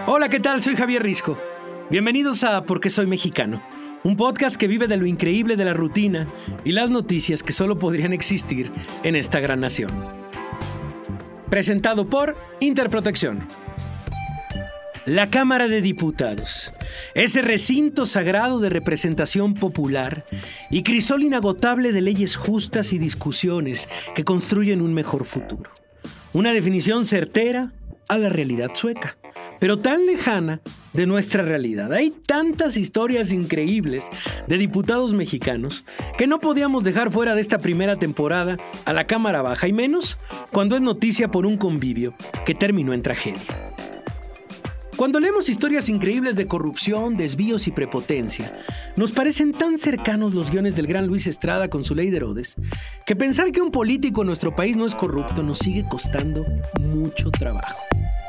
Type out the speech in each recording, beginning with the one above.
Hola, ¿qué tal? Soy Javier Risco. Bienvenidos a Porque Soy Mexicano, un podcast que vive de lo increíble de la rutina y las noticias que solo podrían existir en esta gran nación. Presentado por Interprotección. La Cámara de Diputados, ese recinto sagrado de representación popular y crisol inagotable de leyes justas y discusiones que construyen un mejor futuro. Una definición certera a la realidad sueca, pero tan lejana de nuestra realidad. Hay tantas historias increíbles de diputados mexicanos que no podíamos dejar fuera de esta primera temporada a la Cámara Baja, y menos cuando es noticia por un convivio que terminó en tragedia. Cuando leemos historias increíbles de corrupción, desvíos y prepotencia, nos parecen tan cercanos los guiones del gran Luis Estrada con su Ley de Herodes, que pensar que un político en nuestro país no es corrupto nos sigue costando mucho trabajo.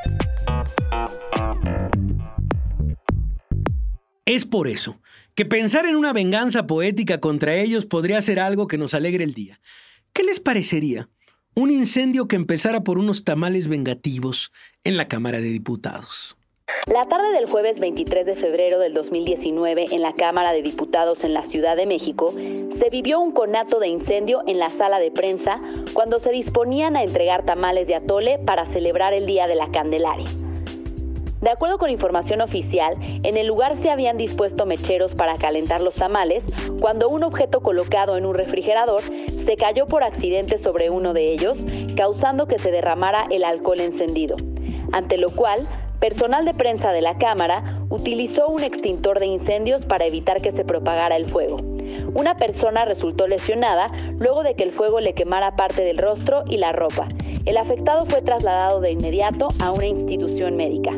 Es por eso que pensar en una venganza poética contra ellos podría ser algo que nos alegre el día. ¿Qué les parecería un incendio que empezara por unos tamales vengativos en la Cámara de Diputados? La tarde del jueves 23 de febrero del 2019 en la Cámara de Diputados en la Ciudad de México se vivió un conato de incendio en la sala de prensa cuando se disponían a entregar tamales de atole para celebrar el Día de la Candelaria. De acuerdo con información oficial, en el lugar se habían dispuesto mecheros para calentar los tamales cuando un objeto colocado en un refrigerador se cayó por accidente sobre uno de ellos, causando que se derramara el alcohol encendido, ante lo cual personal de prensa de la Cámara utilizó un extintor de incendios para evitar que se propagara el fuego. Una persona resultó lesionada luego de que el fuego le quemara parte del rostro y la ropa. El afectado fue trasladado de inmediato a una institución médica.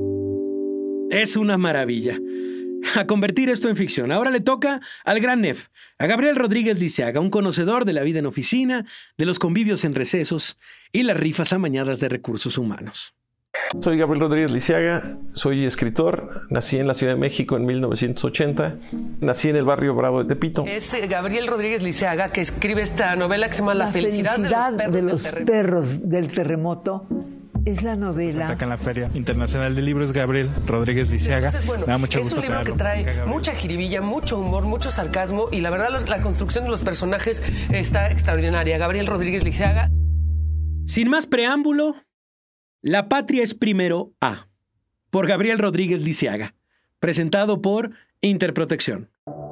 Es una maravilla. A convertir esto en ficción. Ahora le toca al gran Nef, a Gabriel Rodríguez Lisiaga, un conocedor de la vida en oficina, de los convivios en recesos y las rifas amañadas de recursos humanos. Soy Gabriel Rodríguez Lisiaga, soy escritor, nací en la Ciudad de México en 1980, nací en el barrio Bravo de Tepito. Es Gabriel Rodríguez Lisiaga que escribe esta novela que se llama La felicidad de los perros del terremoto. Es la novela. Acá en la Feria Internacional del Libro es Gabriel Rodríguez Lisiaga. Entonces, bueno, me da mucho gusto es un libro tenerlo. que trae mucha jiribilla, mucho humor, mucho sarcasmo y la verdad la construcción de los personajes está extraordinaria. Gabriel Rodríguez Lisiaga. Sin más preámbulo, La Patria es Primero A, por Gabriel Rodríguez Lisiaga, presentado por Interprotección.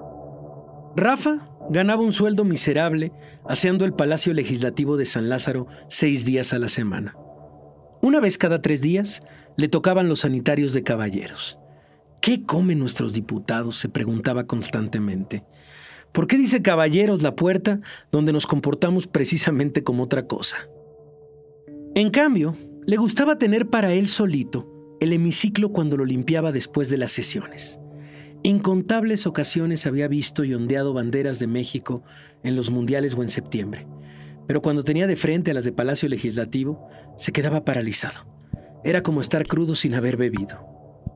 Rafa ganaba un sueldo miserable aseando el Palacio Legislativo de San Lázaro 6 días a la semana. Una vez cada 3 días le tocaban los sanitarios de caballeros. ¿Qué comen nuestros diputados?, se preguntaba constantemente. ¿Por qué dice caballeros la puerta donde nos comportamos precisamente como otra cosa? En cambio, le gustaba tener para él solito el hemiciclo cuando lo limpiaba después de las sesiones. Incontables ocasiones había visto y ondeado banderas de México en los mundiales o en septiembre. Pero cuando tenía de frente a las de Palacio Legislativo, se quedaba paralizado. Era como estar crudo sin haber bebido.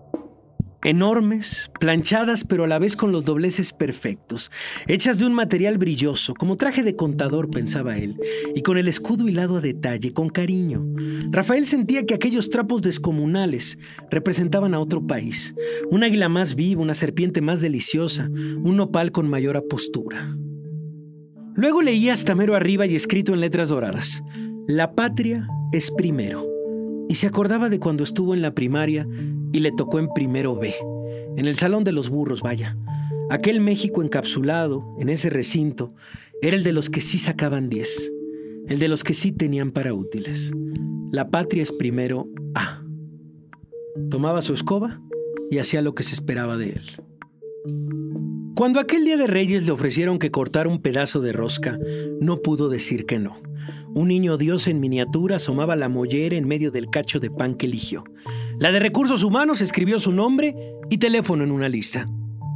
Enormes, planchadas pero a la vez con los dobleces perfectos, hechas de un material brilloso, como traje de contador, pensaba él, y con el escudo hilado a detalle, con cariño. Rafael sentía que aquellos trapos descomunales representaban a otro país, un águila más viva, una serpiente más deliciosa, un nopal con mayor apostura. Luego leía hasta mero arriba y escrito en letras doradas: La patria es primero. Y se acordaba de cuando estuvo en la primaria y le tocó en primero B, en el Salón de los Burros, vaya. Aquel México encapsulado en ese recinto era el de los que sí sacaban 10, el de los que sí tenían para útiles. La patria es primero A. Tomaba su escoba y hacía lo que se esperaba de él. Cuando aquel día de Reyes le ofrecieron que cortara un pedazo de rosca, no pudo decir que no. Un niño Dios en miniatura asomaba la mollera en medio del cacho de pan que eligió. La de Recursos Humanos escribió su nombre y teléfono en una lista.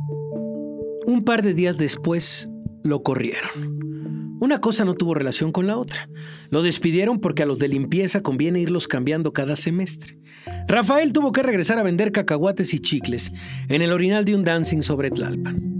Un par de días después, lo corrieron. Una cosa no tuvo relación con la otra. Lo despidieron porque a los de limpieza conviene irlos cambiando cada semestre. Rafael tuvo que regresar a vender cacahuates y chicles en el orinal de un dancing sobre Tlalpan.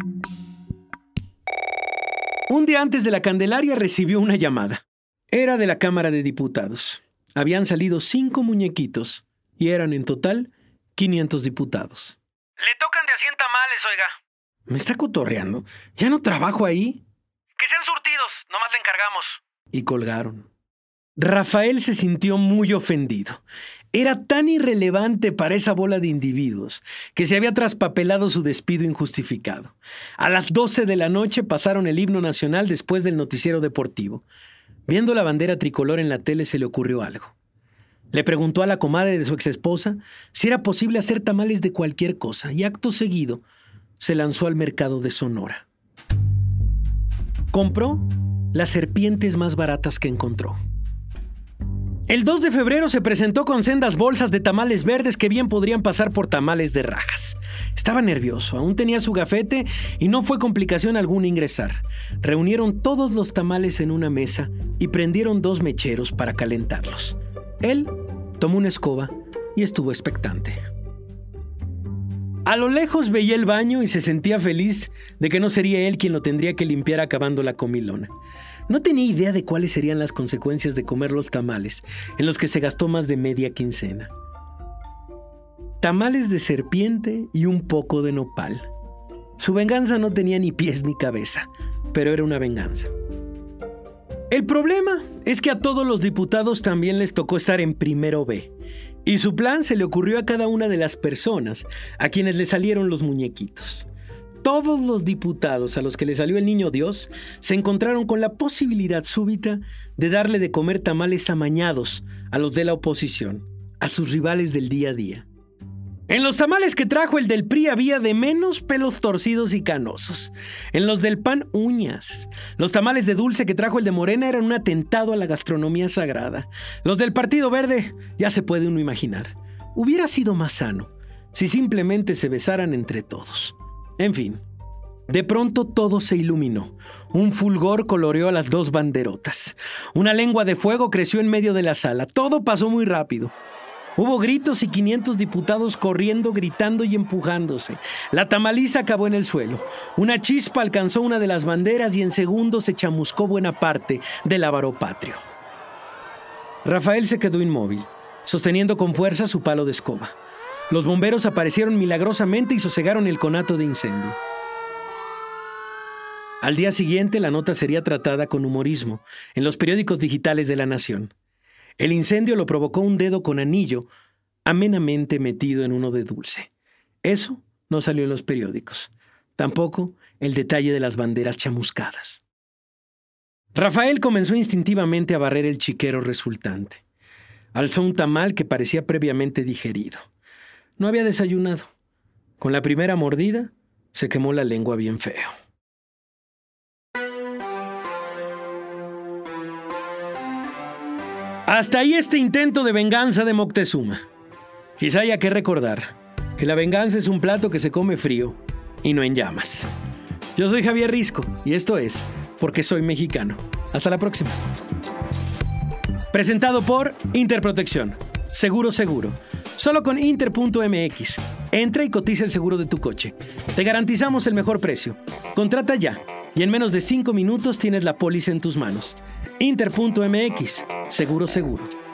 Un día antes de la Candelaria recibió una llamada. Era de la Cámara de Diputados. Habían salido 5 muñequitos y eran en total 500 diputados. Le tocan de a 100 tamales, oiga. ¿Me está cotorreando? ¿Ya no trabajo ahí? Que sean surtidos, nomás le encargamos. Y colgaron. Rafael se sintió muy ofendido. Era tan irrelevante para esa bola de individuos que se había traspapelado su despido injustificado. A las 12 de la noche pasaron el himno nacional después del noticiero deportivo. Viendo la bandera tricolor en la tele se le ocurrió algo. Le preguntó a la comadre de su exesposa si era posible hacer tamales de cualquier cosa y acto seguido se lanzó al mercado de Sonora. Compró las serpientes más baratas que encontró. El 2 de febrero se presentó con sendas bolsas de tamales verdes que bien podrían pasar por tamales de rajas. Estaba nervioso, aún tenía su gafete y no fue complicación alguna ingresar. Reunieron todos los tamales en una mesa y prendieron 2 mecheros para calentarlos. Él tomó una escoba y estuvo expectante. A lo lejos veía el baño y se sentía feliz de que no sería él quien lo tendría que limpiar acabando la comilona. No tenía idea de cuáles serían las consecuencias de comer los tamales, en los que se gastó más de media quincena. Tamales de serpiente y un poco de nopal. Su venganza no tenía ni pies ni cabeza, pero era una venganza. El problema es que a todos los diputados también les tocó estar en primero B, y su plan se le ocurrió a cada una de las personas a quienes le salieron los muñequitos. Todos los diputados a los que le salió el niño Dios se encontraron con la posibilidad súbita de darle de comer tamales amañados a los de la oposición, a sus rivales del día a día. En los tamales que trajo el del PRI había de menos pelos torcidos y canosos. En los del PAN, uñas. Los tamales de dulce que trajo el de Morena eran un atentado a la gastronomía sagrada. Los del Partido Verde, ya se puede uno imaginar. Hubiera sido más sano si simplemente se besaran entre todos. En fin, de pronto todo se iluminó. Un fulgor coloreó a las 2 banderotas. Una lengua de fuego creció en medio de la sala. Todo pasó muy rápido. Hubo gritos y 500 diputados corriendo, gritando y empujándose. La tamaliza acabó en el suelo. Una chispa alcanzó una de las banderas y en segundos se chamuscó buena parte del ávaro patrio. Rafael se quedó inmóvil, sosteniendo con fuerza su palo de escoba. Los bomberos aparecieron milagrosamente y sosegaron el conato de incendio. Al día siguiente, la nota sería tratada con humorismo en los periódicos digitales de la nación. El incendio lo provocó un dedo con anillo amenamente metido en uno de dulce. Eso no salió en los periódicos. Tampoco el detalle de las banderas chamuscadas. Rafael comenzó instintivamente a barrer el chiquero resultante. Alzó un tamal que parecía previamente digerido. No había desayunado. Con la primera mordida, se quemó la lengua bien feo. Hasta ahí este intento de venganza de Moctezuma. Quizá haya que recordar que la venganza es un plato que se come frío y no en llamas. Yo soy Javier Risco y esto es Porque Soy Mexicano. Hasta la próxima. Presentado por Interprotección. Seguro. Solo con Inter.mx. Entra y cotiza el seguro de tu coche. Te garantizamos el mejor precio. Contrata ya y en menos de 5 minutos tienes la póliza en tus manos. Inter.mx. Seguro.